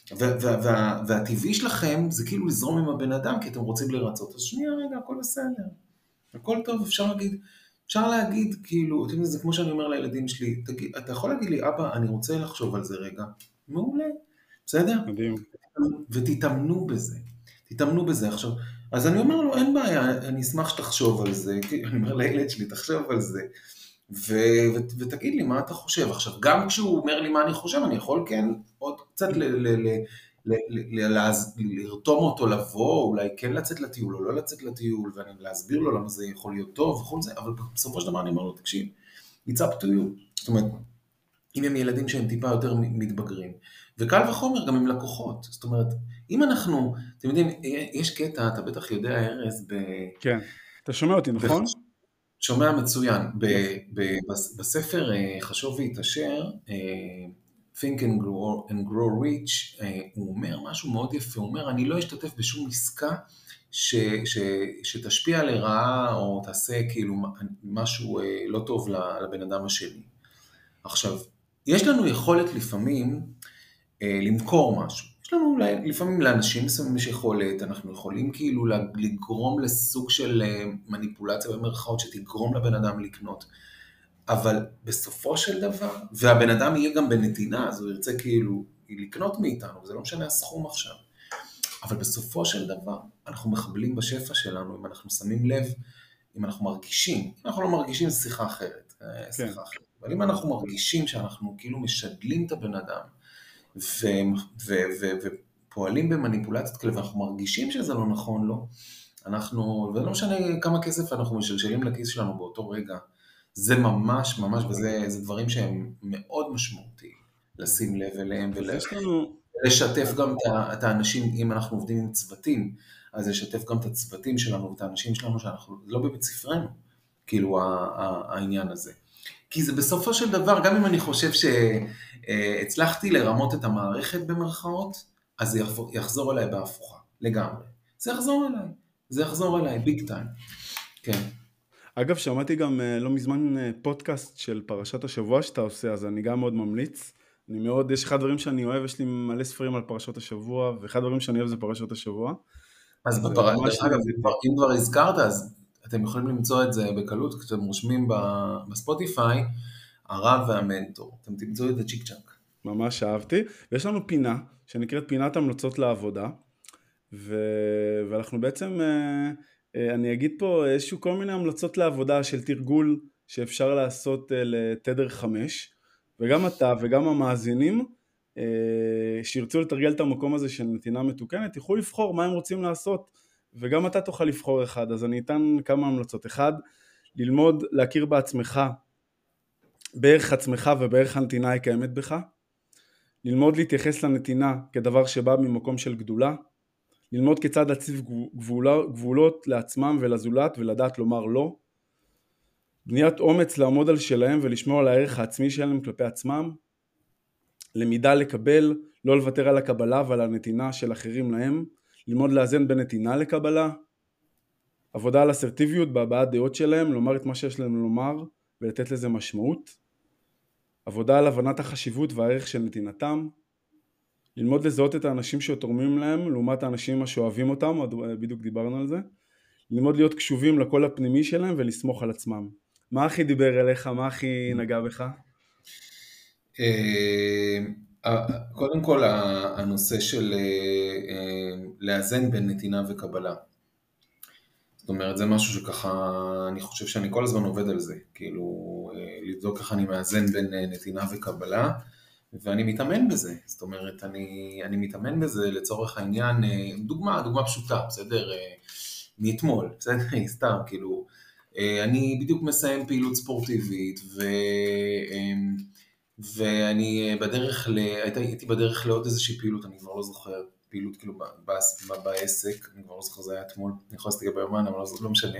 והטבעי שלכם זה כאילו לזרום עם הבן אדם, כי אתם רוצים לרצות, אז שנייה רגע, הכל בסדר, הכל טוב, אפשר להגיד, כאילו, אתם יודעים, זה כמו שאני אומר לילדים שלי, אתה יכול להגיד לי, אבא, אני רוצה לחשוב על זה רגע, מעולה, בסדר? מדהים. ותתאמנו בזה, תתאמנו בזה. עכשיו, אז אני אומר לו, אין בעיה, אני אשמח שתחשוב על זה, אני אומר לילד שלי, תחשוב על זה, ותגיד לי מה אתה חושב. עכשיו, גם כשהוא אומר לי מה אני חושב, אני יכול כן עוד קצת לרתום אותו לבוא, אולי כן לצאת לטיול או לא לצאת לטיול, ואני להסביר לו למה זה יכול להיות טוב וכל זה, אבל בסופו של דבר אני אומר לו, תקשיב, it's up to you. זאת אומרת, אם הם ילדים שהם טיפה יותר מתבגרים, וקל וחומר גם עם לקוחות. זאת אומרת, אם אנחנו, אתם יודעים, יש קטע, אתה בטח יודע, ארז, כן, אתה שומע אותי, נכון? שומע מצוין. בספר חשוב והתעשר, Think and Grow Rich, הוא אומר משהו מאוד יפה, הוא אומר, אני לא אשתתף בשום עסקה שתשפיע לרעה, או תעשה כאילו משהו לא טוב לבן אדם השני. עכשיו, יש לנו יכולת לפעמים למכור משהו. יש לנו לפעמים לאנשים מסוימים יש יכולת, אנחנו יכולים כאילו לגרום לסוג של מניפולציה במרכאות, שתגרום לבן אדם לקנות. אבל בסופו של דבר, והבן אדם יהיה גם בנתינה, אז הוא ירצה כאילו לקנות מאיתנו, זה לא משנה הסכום עכשיו. אבל בסופו של דבר, אנחנו מחבלים בשפע שלנו, אם אנחנו שמים לב, אם אנחנו מרגישים. אם אנחנו לא מרגישים, זה שיחה אחרת. שיחה אחרת. אבל אם אנחנו מרגישים שאנחנו כאילו משדלים את הבן אדם, ופועלים במניפולציות כאלה, ואנחנו מרגישים שזה לא נכון לו, ולא משנה כמה כסף אנחנו משלשלים לכיס שלנו באותו רגע, זה ממש, וזה דברים שהם מאוד משמעותיים, לשים לב אליהם, ולשתף גם את האנשים, אם אנחנו עובדים עם צוותים, אז לשתף גם את הצוותים שלנו, ואת האנשים שלנו, שאנחנו לא בבית ספרנו, כאילו העניין הזה. כי זה בסופו של דבר, גם אם אני חושב שהצלחתי לרמות את המערכת במרכאות, אז זה יחזור אליי בהפוכה, לגמרי. זה יחזור אליי, ביג טיים. כן. אגב, שמעתי גם לא מזמן פודקאסט של פרשת השבוע שאתה עושה, אז אני גם מאוד ממליץ. יש אחד דברים שאני אוהב, יש לי מלא ספרים על פרשות השבוע, ואחד דברים שאני אוהב זה פרשות השבוע. אז אגב, אם כבר הזכרת, אז אתם יכולים למצוא את זה בקלות, כשאתם רושמים בספוטיפיי, הרב והמנטור. אתם תמצאו את זה צ'יק צ'ק. ממש אהבתי. ויש לנו פינה, שנקראת פינת המלצות לעבודה, ואנחנו בעצם, אני אגיד פה איזשהו כל מיני המלצות לעבודה של תרגול, שאפשר לעשות לתדר 5, וגם אתה וגם המאזינים, שירצו לתרגל את המקום הזה של נתינה מתוקנת, יוכלו לבחור מה הם רוצים לעשות, וגם אתה תוכל לבחור אחד. אז אני אתן כמה המלצות. אחד, ללמוד להכיר בעצמך, בערך עצמך ובערך הנתינה הקיימת בך. ללמוד להתייחס לנתינה כדבר שבא ממקום של גדולה. ללמוד כיצד להציב גבולות לעצמם ולזולת ולדעת לומר לא. בניית אומץ לעמוד על שלהם ולשמור על הערך העצמי שלהם כלפי עצמם. למידה לקבל, לא לוותר על הקבלה ועל הנתינה של אחרים להם. ללמוד לאזן בין נתינה לקבלה. עבודה על אסרטיביות בהבעת דעות שלהם, לומר את מה שיש להם לומר ולתת לזה משמעות. עבודה על הבנת החשיבות והערך של נתינתם. ללמוד לזהות את האנשים שתורמים להם לעומת האנשים השאוהבים אותם, בדיוק דיברנו על זה. ללמוד להיות קשובים לקול הפנימי שלהם ולסמוך על עצמם. מה הכי דיבר אליך? מה הכי נגע בך? קודם כל הנושא של לאזן בין נתינה וקבלה. זאת אומרת, זה משהו שככה, אני חושב שאני כל הזמן עובד על זה, כאילו, לבדוק איך אני מאזן בין נתינה וקבלה, ואני מתאמן בזה. זאת אומרת, אני מתאמן בזה לצורך העניין, דוגמה פשוטה, בסדר? מאתמול, בסדר? סתם, כאילו, אני בדיוק מסיים פעילות ספורטיבית, ואני הייתי בדרך לעוד איזושהי פעילות, אני כבר לא זוכר, פעילות כאילו בעסק, אני כבר לא זוכר, זה היה אתמול, אני יכול להסתכל ביומן, אבל לא משנה,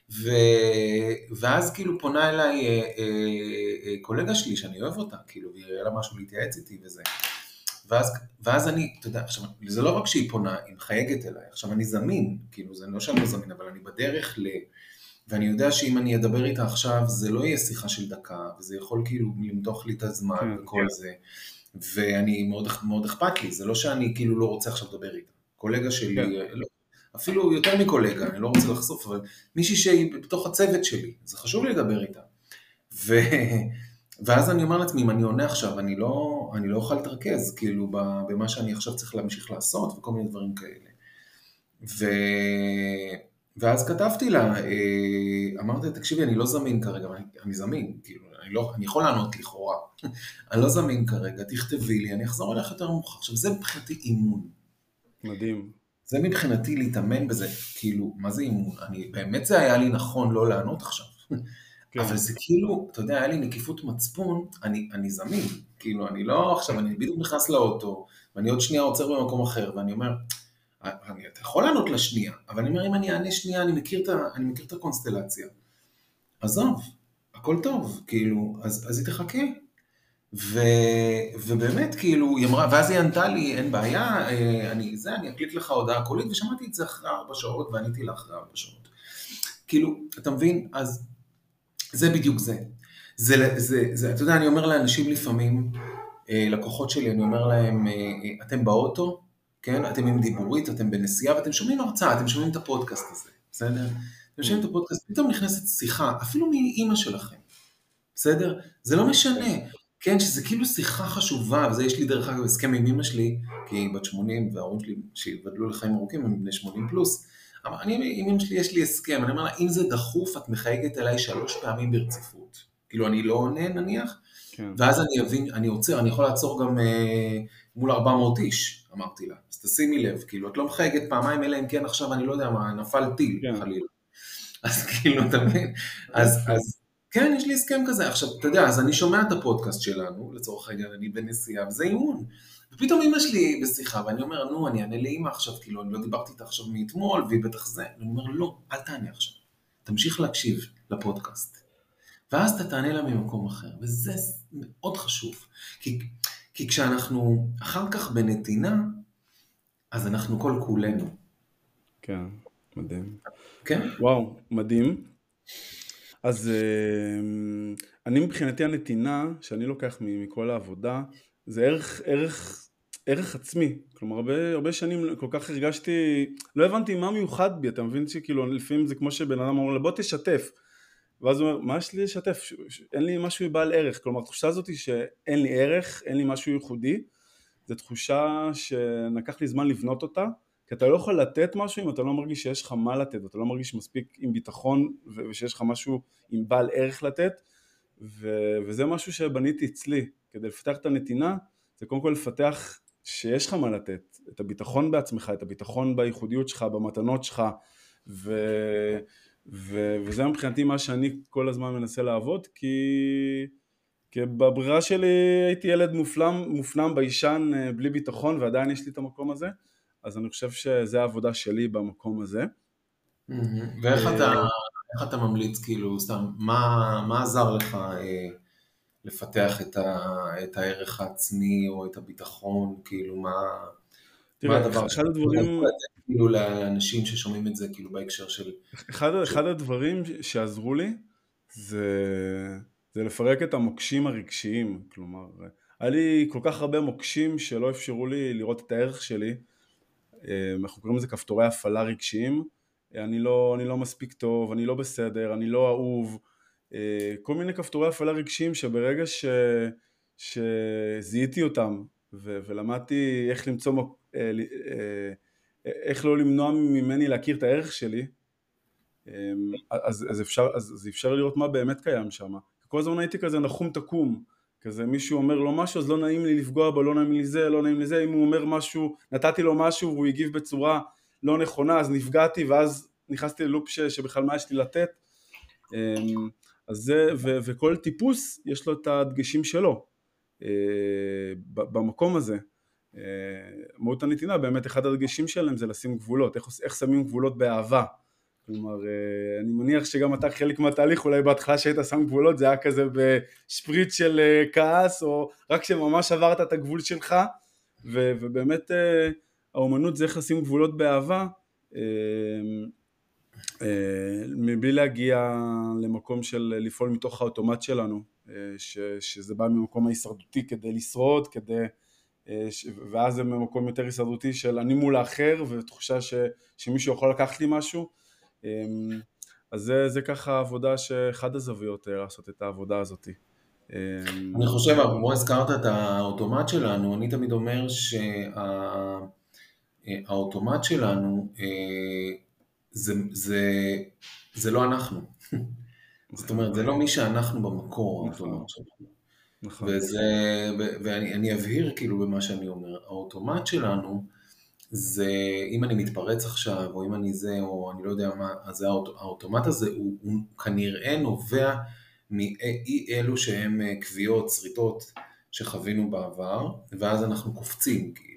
ואז כאילו פונה אליי קולגה שלי, שאני אוהב אותה, כאילו, ויהיה לה משהו להתייעץ איתי וזה, ואז אני, אתה יודע, עכשיו, זה לא רק שהיא פונה, היא מחייגת אליי, עכשיו אני זמין, כאילו, זה לא שאני לא זמין, אבל אני בדרך ואני יודע שאם אני אדבר איתה עכשיו, זה לא יהיה שיחה של דקה, וזה יכול כאילו למתוח לי את הזמן וכל זה. ואני מאוד אכפת לי, זה לא שאני כאילו לא רוצה עכשיו לדבר איתה. קולגה שלי, לא, אפילו יותר מקולגה, אני לא רוצה לחשוף, אבל מישהי שהיא בתוך הצוות שלי, זה חשוב לי לדבר איתה. ואז אני אומר לעצמי, אם אני עונה עכשיו, אני לא אוכל להתרכז, כאילו, במה שאני עכשיו צריך להמשיך לעשות, וכל מיני דברים כאלה. ואז כתבתי לה, אמרתי, תקשיבי, אני לא זמין כרגע, אני זמין, כאילו, אני יכול לענות לכאורה, אני לא זמין כרגע, תכתבי לי, אני אחזור אליך יותר מאוחר. עכשיו, זה מבחינתי אימון. מדהים. זה מבחינתי להתאמן בזה, כאילו, מה זה אימון? באמת זה היה לי נכון לא לענות עכשיו. כן. אבל זה כאילו, אתה יודע, היה לי נקיפות מצפון, אני זמין, כאילו, אני לא עכשיו, אני בדיוק נכנס לאוטו, ואני עוד שנייה עוצר במקום אחר, ואני אומר, אתה יכול לענות לשנייה, אבל אני אומר, אם אני אענה שנייה, אני מכיר את הקונסטלציה. עזוב, הכל טוב, כאילו, אז היא תחכה. ובאמת, כאילו, היא אמרה, ואז היא ענתה לי, אין בעיה, אני אקליט לך הודעה קולית, ושמעתי את זה אחרי 4 שעות, ועניתי לה אחרי 4 שעות. כאילו, אתה מבין? אז זה בדיוק זה. אתה יודע, אני אומר לאנשים לפעמים, לקוחות שלי, אני אומר להם, אתם באוטו, כן? אתם עם דיבורית, אתם בנסיעה, ואתם שומעים הרצאה, אתם שומעים את הפודקאסט הזה, בסדר? אתם שומעים את הפודקאסט, פתאום נכנסת שיחה, אפילו מאמא שלכם, בסדר? זה לא משנה, כן? שזה כאילו שיחה חשובה, וזה יש לי דרך אגב הסכם עם אמא שלי, כי היא בת 80, וההורים שלי שיבדלו לחיים ארוכים, הם בני 80 פלוס, עם אמא שלי יש לי הסכם, אני אומר לה, אם זה דחוף, את מחייגת אליי 3 פעמים ברציפות. כאילו, אני לא עונה, נניח, כן. ואז אני אבין, אני עוצר, אני יכול לעצור גם מול 400 איש, אמרתי לה. אז תשימי לב, כאילו, את לא מחייגת פעמיים, אלא אם כן עכשיו, אני לא יודע מה, נפל טיל, חלילה. אז כאילו, אתה מבין? אז כן, יש לי הסכם כזה. עכשיו, אתה יודע, אז אני שומע את הפודקאסט שלנו, לצורך העניין, אני בנסיעה, וזה אימון. ופתאום אמא שלי בשיחה, ואני אומר, נו, אני אענה לאמא עכשיו, כאילו, אני לא דיברתי איתה עכשיו מאתמול, והיא בטח זה. ואני אומר, לא, אל תענה עכשיו. תמשיך להקשיב לפודקאסט. ואז אתה תענה לה ממקום אחר, וזה מאוד חשוב. כי כשאנחנו אחר כך בנתינה, אז אנחנו כל כולנו. כן, מדהים. כן? וואו, מדהים. אז אני מבחינתי הנתינה שאני לוקח מכל העבודה, זה ערך עצמי. כלומר, הרבה שנים כל כך הרגשתי, לא הבנתי מה מיוחד בי, אתה מבין שכאילו לפעמים זה כמו שבן אדם אומר, בוא תשתף. ואז הוא אומר, מה יש לי לשתף? אין לי משהו בעל ערך. כלומר, התחושה הזאת היא שאין לי ערך, אין לי משהו ייחודי. זו תחושה שנקח לי זמן לבנות אותה, כי אתה לא יכול לתת משהו אם אתה לא מרגיש שיש לך מה לתת, אתה לא מרגיש מספיק עם ביטחון ושיש לך משהו עם בעל ערך לתת, וזה משהו שבניתי אצלי. כדי לפתח את הנתינה, זה קודם כל לפתח שיש לך מה לתת, את הביטחון בעצמך, את הביטחון בייחודיות שלך, במתנות שלך, וזה מבחינתי מה שאני כל הזמן מנסה לעבוד, כי בברירה שלי הייתי ילד מופנם בישן בלי ביטחון, ועדיין יש לי את המקום הזה, אז אני חושב שזה העבודה שלי במקום הזה. ואיך אתה ממליץ, כאילו, סתם, מה עזר לך לפתח את הערך העצמי או את הביטחון, כאילו, מה הדבר אחד הדברים, כאילו לאנשים ששומעים את זה, כאילו, בהקשר של... אחד הדברים שעזרו לי, זה לפרק את המוקשים הרגשיים. כלומר, היה לי כל כך הרבה מוקשים שלא אפשרו לי לראות את הערך שלי. אנחנו קוראים לזה כפתורי הפעלה רגשיים. אני לא מספיק טוב, אני לא בסדר, אני לא אהוב. כל מיני כפתורי הפעלה רגשיים שברגע שזיהיתי אותם ולמדתי איך למצוא, איך לא למנוע ממני להכיר את הערך שלי, אז אפשר לראות מה באמת קיים שם. כל הזמן הייתי כזה נחום תקום, כזה מישהו אומר לו משהו, אז לא נעים לי לפגוע בו, לא נעים לי זה, לא נעים לי זה, אם הוא אומר משהו, נתתי לו משהו והוא הגיב בצורה לא נכונה, אז נפגעתי, ואז נכנסתי ללופ שבכלל מה יש לי לתת. אז זה, וכל טיפוס יש לו את הדגשים שלו במקום הזה. מהות הנתינה, באמת אחד הדגשים שלהם זה לשים גבולות, איך שמים גבולות באהבה. כלומר, אני מניח שגם אתה חלק מהתהליך, אולי בהתחלה שהיית שם גבולות, זה היה כזה בשפריט של כעס, או רק שממש עברת את הגבול שלך, ובאמת האומנות זה איך לשים גבולות באהבה, מבלי להגיע למקום של לפעול מתוך האוטומט שלנו, שזה בא ממקום ההישרדותי כדי לשרוד, ואז זה ממקום יותר הישרדותי של אני מול האחר, ותחושה שמישהו יכול לקחת לי משהו. אז זה ככה העבודה שאחד הזוויות לעשות את העבודה הזאת. אני חושב, כמו הזכרת את האוטומט שלנו, אני תמיד אומר שהאוטומט שלנו זה לא אנחנו. זאת אומרת, זה לא מי שאנחנו במקור, האוטומט שלנו. נכון. ואני אבהיר כאילו במה שאני אומר, האוטומט שלנו זה, אם אני מתפרץ עכשיו, או אם אני זה, או אני לא יודע מה, אז האוטומט הזה הוא כנראה נובע מאי אלו שהם קביעות, שריטות שחווינו בעבר, ואז אנחנו קופצים כאילו.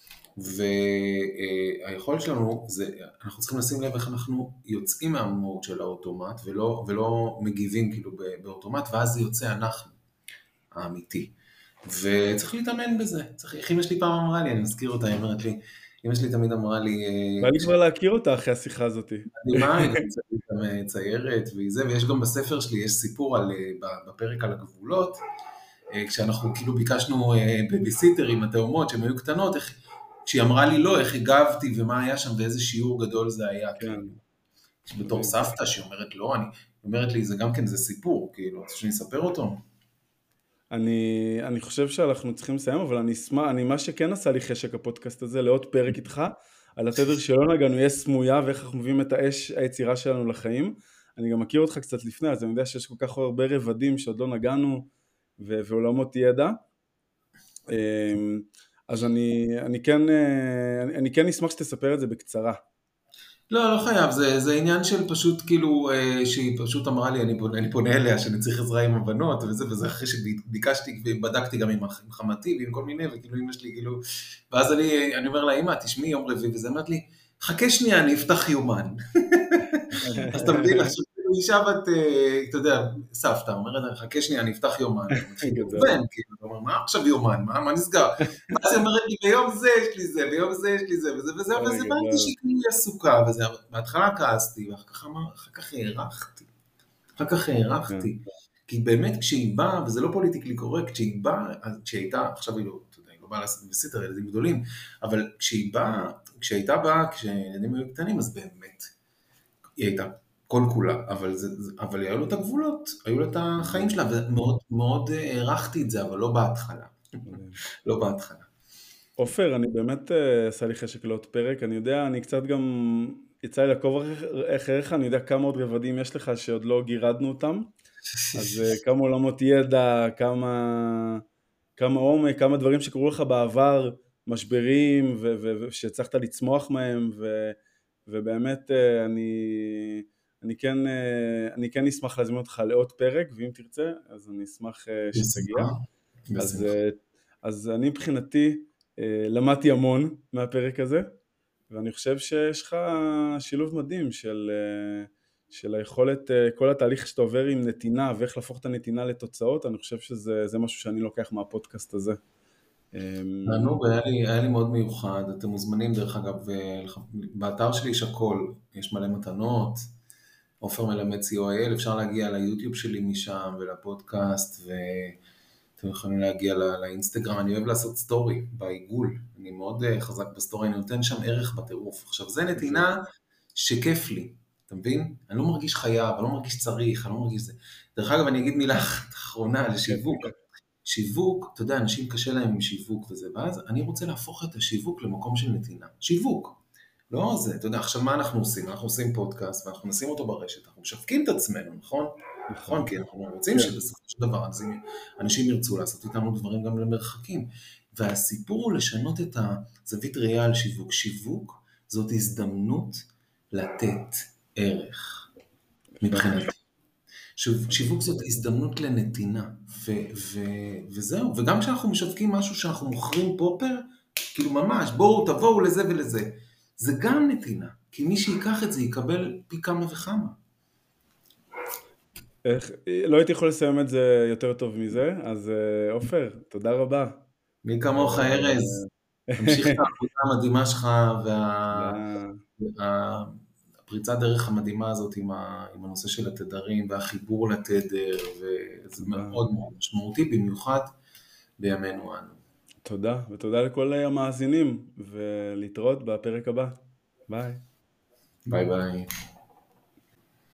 והיכולת שלנו זה, אנחנו צריכים לשים לב איך אנחנו יוצאים מהמוד של האוטומט, ולא מגיבים כאילו באוטומט, ואז זה יוצא אנחנו, האמיתי. וצריך להתאמן בזה. אמא שלי פעם אמרה לי, אני מזכיר אותה, היא אומרת לי, אמא שלי תמיד אמרה לי... בא לי כבר להכיר אותה אחרי השיחה הזאת. מדהימה, היא גם ציירת וזה, ויש גם בספר שלי, יש סיפור בפרק על הגבולות, כשאנחנו כאילו ביקשנו בביסיטר עם התאומות שהן היו קטנות, כשהיא אמרה לי לא, איך הגבתי ומה היה שם ואיזה שיעור גדול זה היה. כן. בתור סבתא שהיא אומרת לא, היא אומרת לי, זה גם כן, זה סיפור, כאילו, רוצה שאני אספר אותו? אני חושב שאנחנו צריכים לסיים, אבל אני מה שכן עשה לי חשק הפודקאסט הזה, לעוד פרק איתך, על התדר שלא נגענו, יש סמויה, ואיך אנחנו מביאים את האש היצירה שלנו לחיים. אני גם מכיר אותך קצת לפני, אז אני יודע שיש כל כך הרבה רבדים שעוד לא נגענו, ועולמות ידע. אז אני כן אשמח שתספר את זה בקצרה. לא חייב, זה עניין של פשוט כאילו, שהיא פשוט אמרה לי, אני פונה אליה שאני צריך עזרה עם הבנות, וזה אחרי שביקשתי ובדקתי גם עם חמתי ועם כל מיני, וכאילו אמא שלי כאילו, ואז אני אומר לה, אמא, תשמעי יום רביעי, וזה אמרת לי, חכה שנייה, אני אפתח יומן. אז אתה מבין, עכשיו אישה בת, אתה יודע, סבתא, אומרת, חכה שנייה, אני אפתח יומן. כאילו, מה עכשיו יומן? מה נסגר? אז היא אומרת לי, ביום זה יש לי זה, ביום זה יש לי זה, וזה, וזה הבנתי שהיא כאילו עסוקה, וזה, בהתחלה כעסתי, ואחר כך הערכתי, כי באמת כשהיא באה, וזה לא פוליטיקלי קורקט, כשהיא הייתה, עכשיו היא לא, אתה יודע, היא לא באה לעשות בסיטר, ילדים גדולים, אבל כשהייתה באה, כשילדים היו קטנים, אז באמת, היא הייתה כל כולה, אבל היו לו את הגבולות, היו לו את החיים שלה, ומאוד הערכתי את זה, אבל לא בהתחלה. לא בהתחלה. עופר, אני באמת עשה לי חשק לעוד פרק, אני יודע, אני קצת גם יצא לי לעקוב אחריך, אני יודע כמה עוד רבדים יש לך שעוד לא גירדנו אותם, אז כמה עולמות ידע, כמה עומק, כמה דברים שקרו לך בעבר, משברים, ושהצלחת לצמוח מהם, ובאמת אני כן אשמח להזמין אותך לעוד פרק, ואם תרצה, אז אני אשמח שתגיע. אז אני מבחינתי למדתי המון מהפרק הזה, ואני חושב שיש לך שילוב מדהים של היכולת, כל התהליך שאתה עובר עם נתינה, ואיך להפוך את הנתינה לתוצאות, אני חושב שזה משהו שאני לוקח מהפודקאסט הזה. היה לי מאוד מיוחד, אתם מוזמנים דרך אגב, באתר שלי יש הכל, יש מלא מתנות, עופר מלמד co.il, אפשר להגיע ליוטיוב שלי משם ולפודקאסט, ואתם יכולים להגיע לאינסטגרם, אני אוהב לעשות סטורי בעיגול, אני מאוד חזק בסטורי, אני נותן שם ערך בטירוף. עכשיו זה נתינה שכיף לי, אתה מבין? אני לא מרגיש חייב, אני לא מרגיש צריך, אני לא מרגיש זה. דרך אגב אני אגיד מילה אחרונה על שיווק. שיווק, אתה יודע, אנשים קשה להם עם שיווק וזה, ואז אני רוצה להפוך את השיווק למקום של נתינה. שיווק. לא זה, אתה יודע, עכשיו מה אנחנו עושים? אנחנו עושים פודקאסט ואנחנו נשים אותו ברשת, אנחנו משווקים את עצמנו, נכון? נכון, כי אנחנו רוצים שבסופו של דבר אנשים ירצו לעשות איתנו דברים גם למרחקים. והסיפור הוא לשנות את הזווית ראייה על שיווק. שיווק זאת הזדמנות לתת ערך מבחינתי. שיווק זאת הזדמנות לנתינה, וזהו. וגם כשאנחנו משווקים משהו שאנחנו מוכרים פופר, כאילו ממש, בואו תבואו לזה ולזה. זה גם נתינה, כי מי שיקח את זה יקבל פי כמה וכמה. לא הייתי יכול לסיים את זה יותר טוב מזה, אז עופר, תודה רבה. מי כמוך ארז, תמשיך את העבודה המדהימה שלך, הפריצת דרך המדהימה הזאת עם הנושא של התדרים והחיבור לתדר, וזה מאוד מאוד משמעותי, במיוחד בימינו אנו. תודה, ותודה לכל המאזינים, ולהתראות בפרק הבא. ביי. ביי ביי.